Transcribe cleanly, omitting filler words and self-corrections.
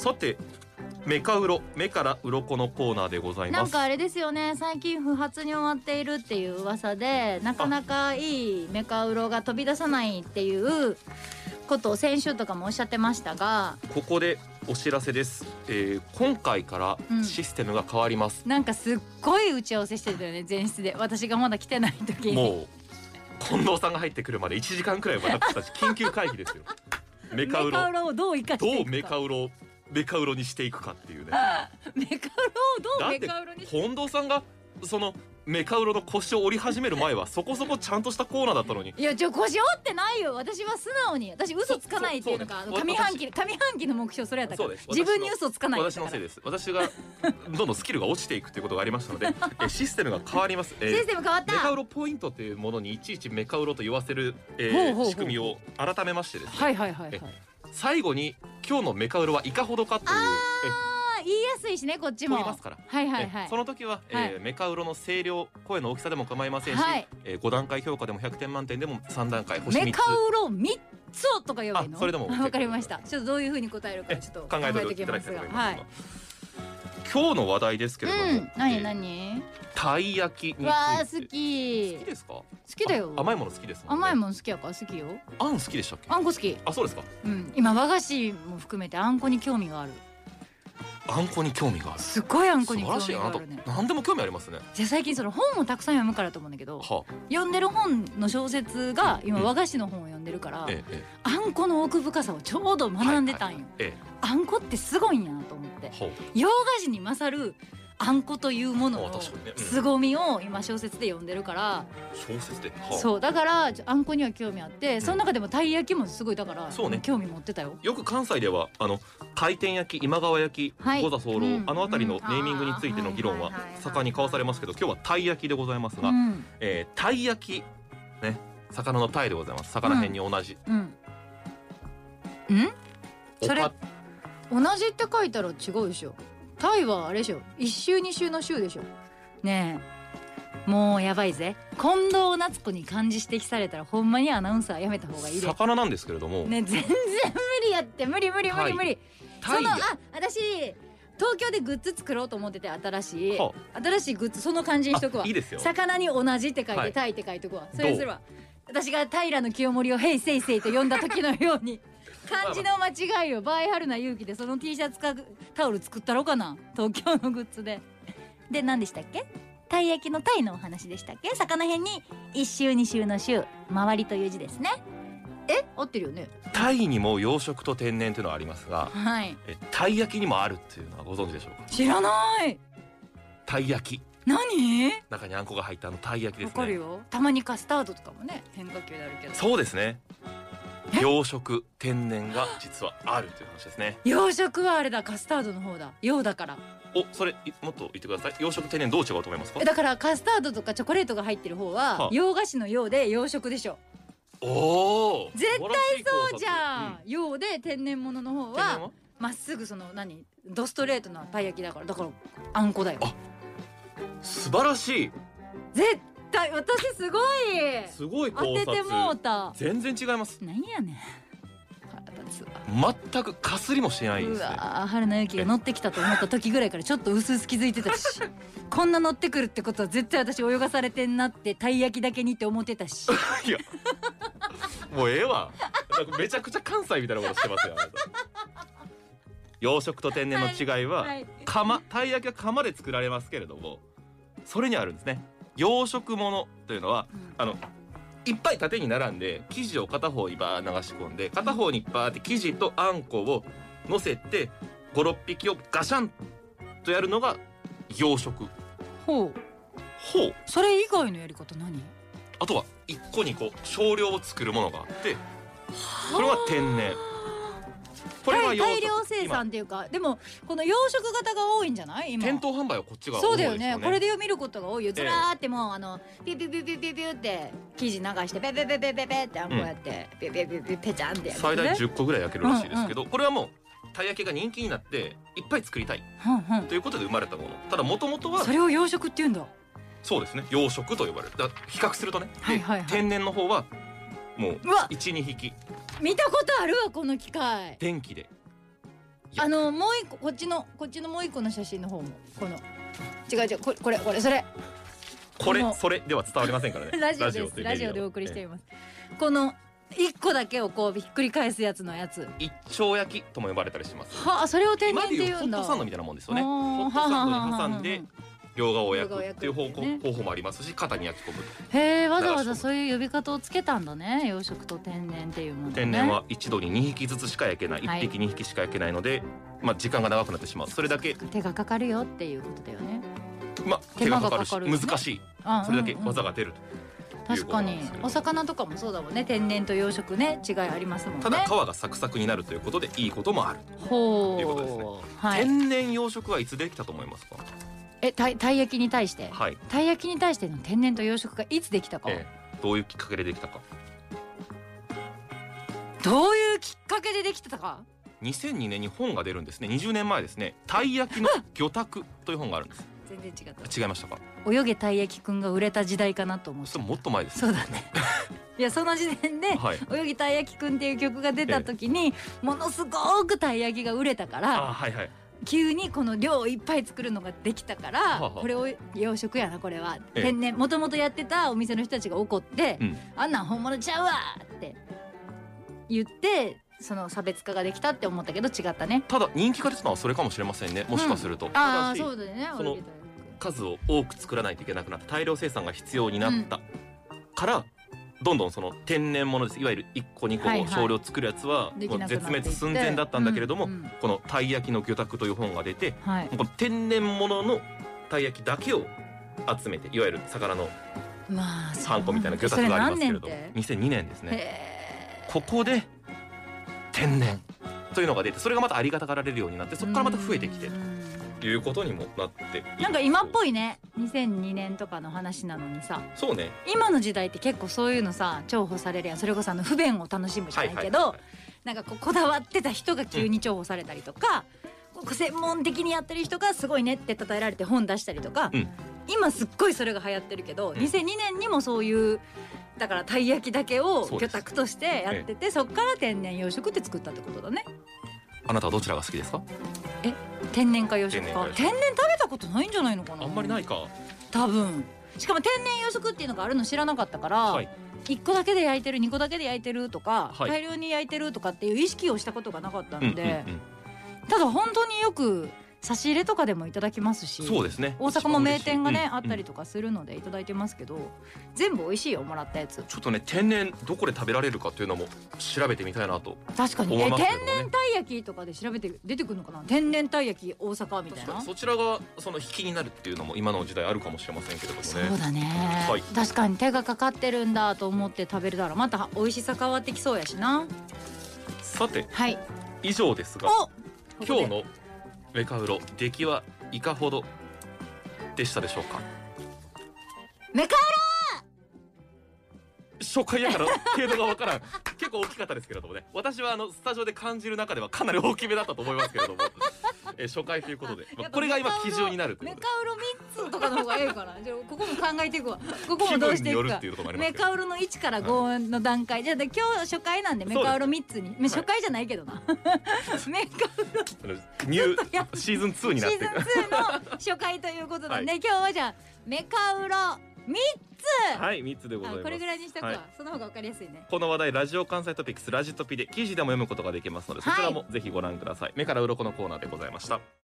さてメカウロ、目から鱗のコーナーでございます。 なんかあれですよね、最近不発に終わっているっていう噂で、なかなかいいメカウロが飛び出さないっていうことを先週とかもおっしゃってましたが、 ここでお知らせです。今回からシステムが変わります。 なんかすっごい打ち合わせしてたよね、前室で。私がまだ来てない時にもう近藤さんが入ってくるまで1時間くらい私たち緊急会議ですよ。メカウロをどう生かしていくか、 どうメカウロにしていくかっていうね。 メカウロをどうメカウロにしていくか。 近藤さんがそのメカウロの腰を折り始める前はそこそこちゃんとしたコーナーだったのに。 いや腰折ってないよ。私は素直に、私嘘つかないっていうのが上半期の目標それやったから、自分に嘘つかない。 私のせいです。私がどんどんスキルが落ちていくということがありましたのでシステムが変わります。 システム変わった。 メカウロポイントというものにいちいちメカウロと言わせる仕組みを改めましてですね、最後に今日のメカウロはいかほどかという言いやすいしね、こっちも言いますから。その時はメカウロの声量、声の大きさでも構いませんし、5段階評価でも100点満点でも3段階星3つ、 メカウロ3つをとか言えばいいの？ それでもわかりました。ちょっとどういう風に答えるかちょっと考えておきますが、 今日の話題ですけれども、 何たい焼きについて。 わー好き。 好きですか？ 好きだよ。 甘いもの好きですもんね。 甘いもの好きやから好きよ。 あん好きでしたっけ？ あんこ好き。 あ、そうですか。 今和菓子も含めてあんこに興味がある。 あんこに興味がある。 すごいあんこに興味があるね。 何でも興味ありますね。 じゃあ最近その本をたくさん読むからと思うんだけど、読んでる本の小説が今和菓子の本を読んでるから、あんこの奥深さをちょうど学んでたんよ。あんこってすごいんやなと思って、洋菓子に勝るあんこというものの凄みを今小説で読んでるから。 小説で、 そうだからあんこには興味あって、その中でもたい焼きもすごいだから興味持ってたよ。 よく関西では回転焼き、今川焼き、五座候、あの辺りのネーミングについての議論は盛んに交わされますけど、今日はたい焼きでございますが、たい焼きね、魚のたいでございます。魚辺に同じ。 それ同じって書いたら違うでしょ。タイはあれでしょ、1週2週の週でしょ。ねえもうやばいぜ。近藤夏子に漢字指摘されたらほんまにアナウンサーやめた方がいいで。 魚なんですけれどもね、 全然無理やって。無理その私東京でグッズ作ろうと思ってて、新しいグッズ、その漢字にしとくわ。 いいですよ。 魚に同じって書いてタイって書いとくわ。それするわ。私が平清盛をヘイセイセイと呼んだ時のように漢字の間違いをバイハルな勇気でその T シャツかタオル作ったろかな、東京のグッズで。で何でしたっけ？たい焼きのたいのお話でしたっけ？魚辺に1週2週の週、周りという字ですね。合ってるよね。 タイにも養殖と天然というのはありますが、たい焼きにもあるっていうのはご存知でしょうか？ 知らない。 たい焼き、 何？ 中にあんこが入ったたい焼きですね。 わかるよ。たまにカスタードとかもね、変化球であるけど。 そうですね。養殖天然が実はあるという話ですね。 養殖はあれだ、カスタードの方だ。洋だから。 それもっと言ってください。養殖天然どう違うと思いますか？ だからカスタードとかチョコレートが入ってる方は洋菓子の洋で養殖でしょ。絶対そうじゃん。洋で天然物の方はまっすぐそのドストレートなたい焼きだから。だからあんこだよ。 素晴らしい。 絶対私すごい考察。 当ててもうた。 全然違います。 何やねん。 全くかすりもしてないですね。 うわ、春菜由紀が乗ってきたと思った時ぐらいからちょっと薄々気づいてたしこんな乗ってくるってことは絶対私泳がされてんなってたい焼きだけにって思ってたしいやもうええわ。なんかめちゃくちゃ関西みたいなことしてますよ。養殖と天然の違いは、たい焼きは釜で作られますけれども、それにあるんですね。養殖物というのは、いっぱい縦に並んで生地を片方にバー流し込んで、片方にバーって生地とあんこを乗せて 5,6 匹をガシャンとやるのが養殖。 それ以外のやり方何？ あとは1個に少量を作るものがあって、これは天然。これは大量生産っていうか、でもこの養殖型が多いんじゃない？今店頭販売はこっちが多いですよね。 そうだよね。これで見ることが多いよ。ずらーってもうピュピュピュピュピュピュって生地流してペペペペペペってあんこやってピュピュピュピュペチャンってやる。 最大10個ぐらい焼けるらしいですけど、これはもうたい焼きが人気になっていっぱい作りたいということで生まれたもの。ただもともとはそれを養殖って言うんだ。そうですね、養殖と呼ばれる。だ比較するとね、天然の方はもう 1,2 匹。 見たことあるわこの機械。 電気でもう一個こっちのもう一個の写真の方もこの違うこれそれそれでは伝わりませんからね。 ラジオです。ラジオでお送りしています。この一個だけをこうひっくり返すやつのやつ。 一丁焼きとも呼ばれたりします。 はあ、それを天然って言うんだ。 今でいうホットサンドみたいなもんですよね。ホットサンドに挟んで両側を焼くっていう方法もありますし、型に焼き込むと。 へえ、わざわざそういう呼び方をつけたんだね。養殖と天然っていうものね。 天然は一度に2匹ずつしか焼けない、1匹2匹しか焼けないので、時間が長くなってしまう。それだけ手がかかるよっていうことだよね。 手がかかるし難しい。それだけ技が出ると。 確かにお魚とかもそうだもんね。天然と養殖ね、違いありますもんね。 ただ皮がサクサクになるということでいいこともあるということですね。天然養殖はいつできたと思いますか？ たい焼きに対して、たい焼きに対しての天然と養殖がいつできたか、 どういうきっかけでできたか。 どういうきっかけでできてたか。 2002年に本が出るんですね。20年前ですね。たい焼きの魚拓という本があるんです。 全然違った。 違いましたか？ 泳げたい焼きくんが売れた時代かなと思って。 それもっと前です。 そうだねいや、その時点で泳ぎたい焼きくんっていう曲が出た時にものすごくたい焼きが売れたから、急にこの量をいっぱい作るのができたから、これを養殖やな、これは天然、もともとやってたお店の人たちが怒って、あんなん本物ちゃうわって言ってその差別化ができたって思ったけど違ったね。 ただ人気が出たのはそれかもしれませんね。もしかすると。 ああ、そうだね。 その数を多く作らないといけなくなった大量生産が必要になったから、どんどんその天然物です。いわゆる1個2個少量作るやつはもう絶滅寸前だったんだけれども、このたい焼きの魚拓という本が出て、この天然物のたい焼きだけを集めて、いわゆる魚のハンコみたいな魚拓がありますけれど、2002年ですね。ここで天然というのが出て、それがまたありがたがられるようになって、そこからまた増えてきてということにもなって、 なんか今っぽいね。2002年とかの話なのにさ。 そうね。 今の時代って結構そういうのさ重宝されるやん。それこそ不便を楽しむじゃないけど、なんかこだわってた人が急に重宝されたりとか、専門的にやってる人がすごいねって称えられて本出したりとか、今すっごいそれが流行ってるけど、2002年にもそういうだからたい焼きだけを魚拓としてやってて、そっから天然養殖って作ったってことだね。 あなたはどちらが好きですか？ 天然か養殖か。天然食べたことないんじゃないのかな。 あんまりないか多分。しかも天然養殖っていうのがあるの知らなかったから、1個だけで焼いてる2個だけで焼いてるとか、大量に焼いてるとかっていう意識をしたことがなかったので、ただ本当によく差し入れとかでもいただきますし、 そうですね。 大阪も名店がねあったりとかするのでいただいてますけど、全部美味しいよ、もらったやつ。 ちょっとね、天然どこで食べられるかっていうのも調べてみたいなと。 確かに天然たい焼きとかで調べて出てくるのかな。天然たい焼き大阪みたいな。 そちらがその引きになるっていうのも今の時代あるかもしれませんけれどもね。 そうだね、確かに手がかかってるんだと思って食べれたらまた美味しさ変わってきそうやしな。 さて、以上ですが今日のメカウロ出来はいかほどでしたでしょうか？ メカウロ初回やから程度がわからん結構大きかったですけれどもね。私はスタジオで感じる中ではかなり大きめだったと思いますけれども初回ということで、これが今基準になるということで。 メカウロ3つとかの方がいいかな。じゃあここも考えていくわ。ここもどうしていくか。メカウロの1から5の段階じゃあ今日初回なんでメカウロ3つに、初回じゃないけどなメカウロニューシーズン2になってシーズン2の初回ということなんで、今日はじゃあメカウロ3つ。 はい、3つでございます。 これぐらいにしとくわ、その方が分かりやすいね。 この話題ラジオ関西トピックスラジトピで記事でも読むことができますので、そちらもぜひご覧ください。目から鱗のコーナーでございました。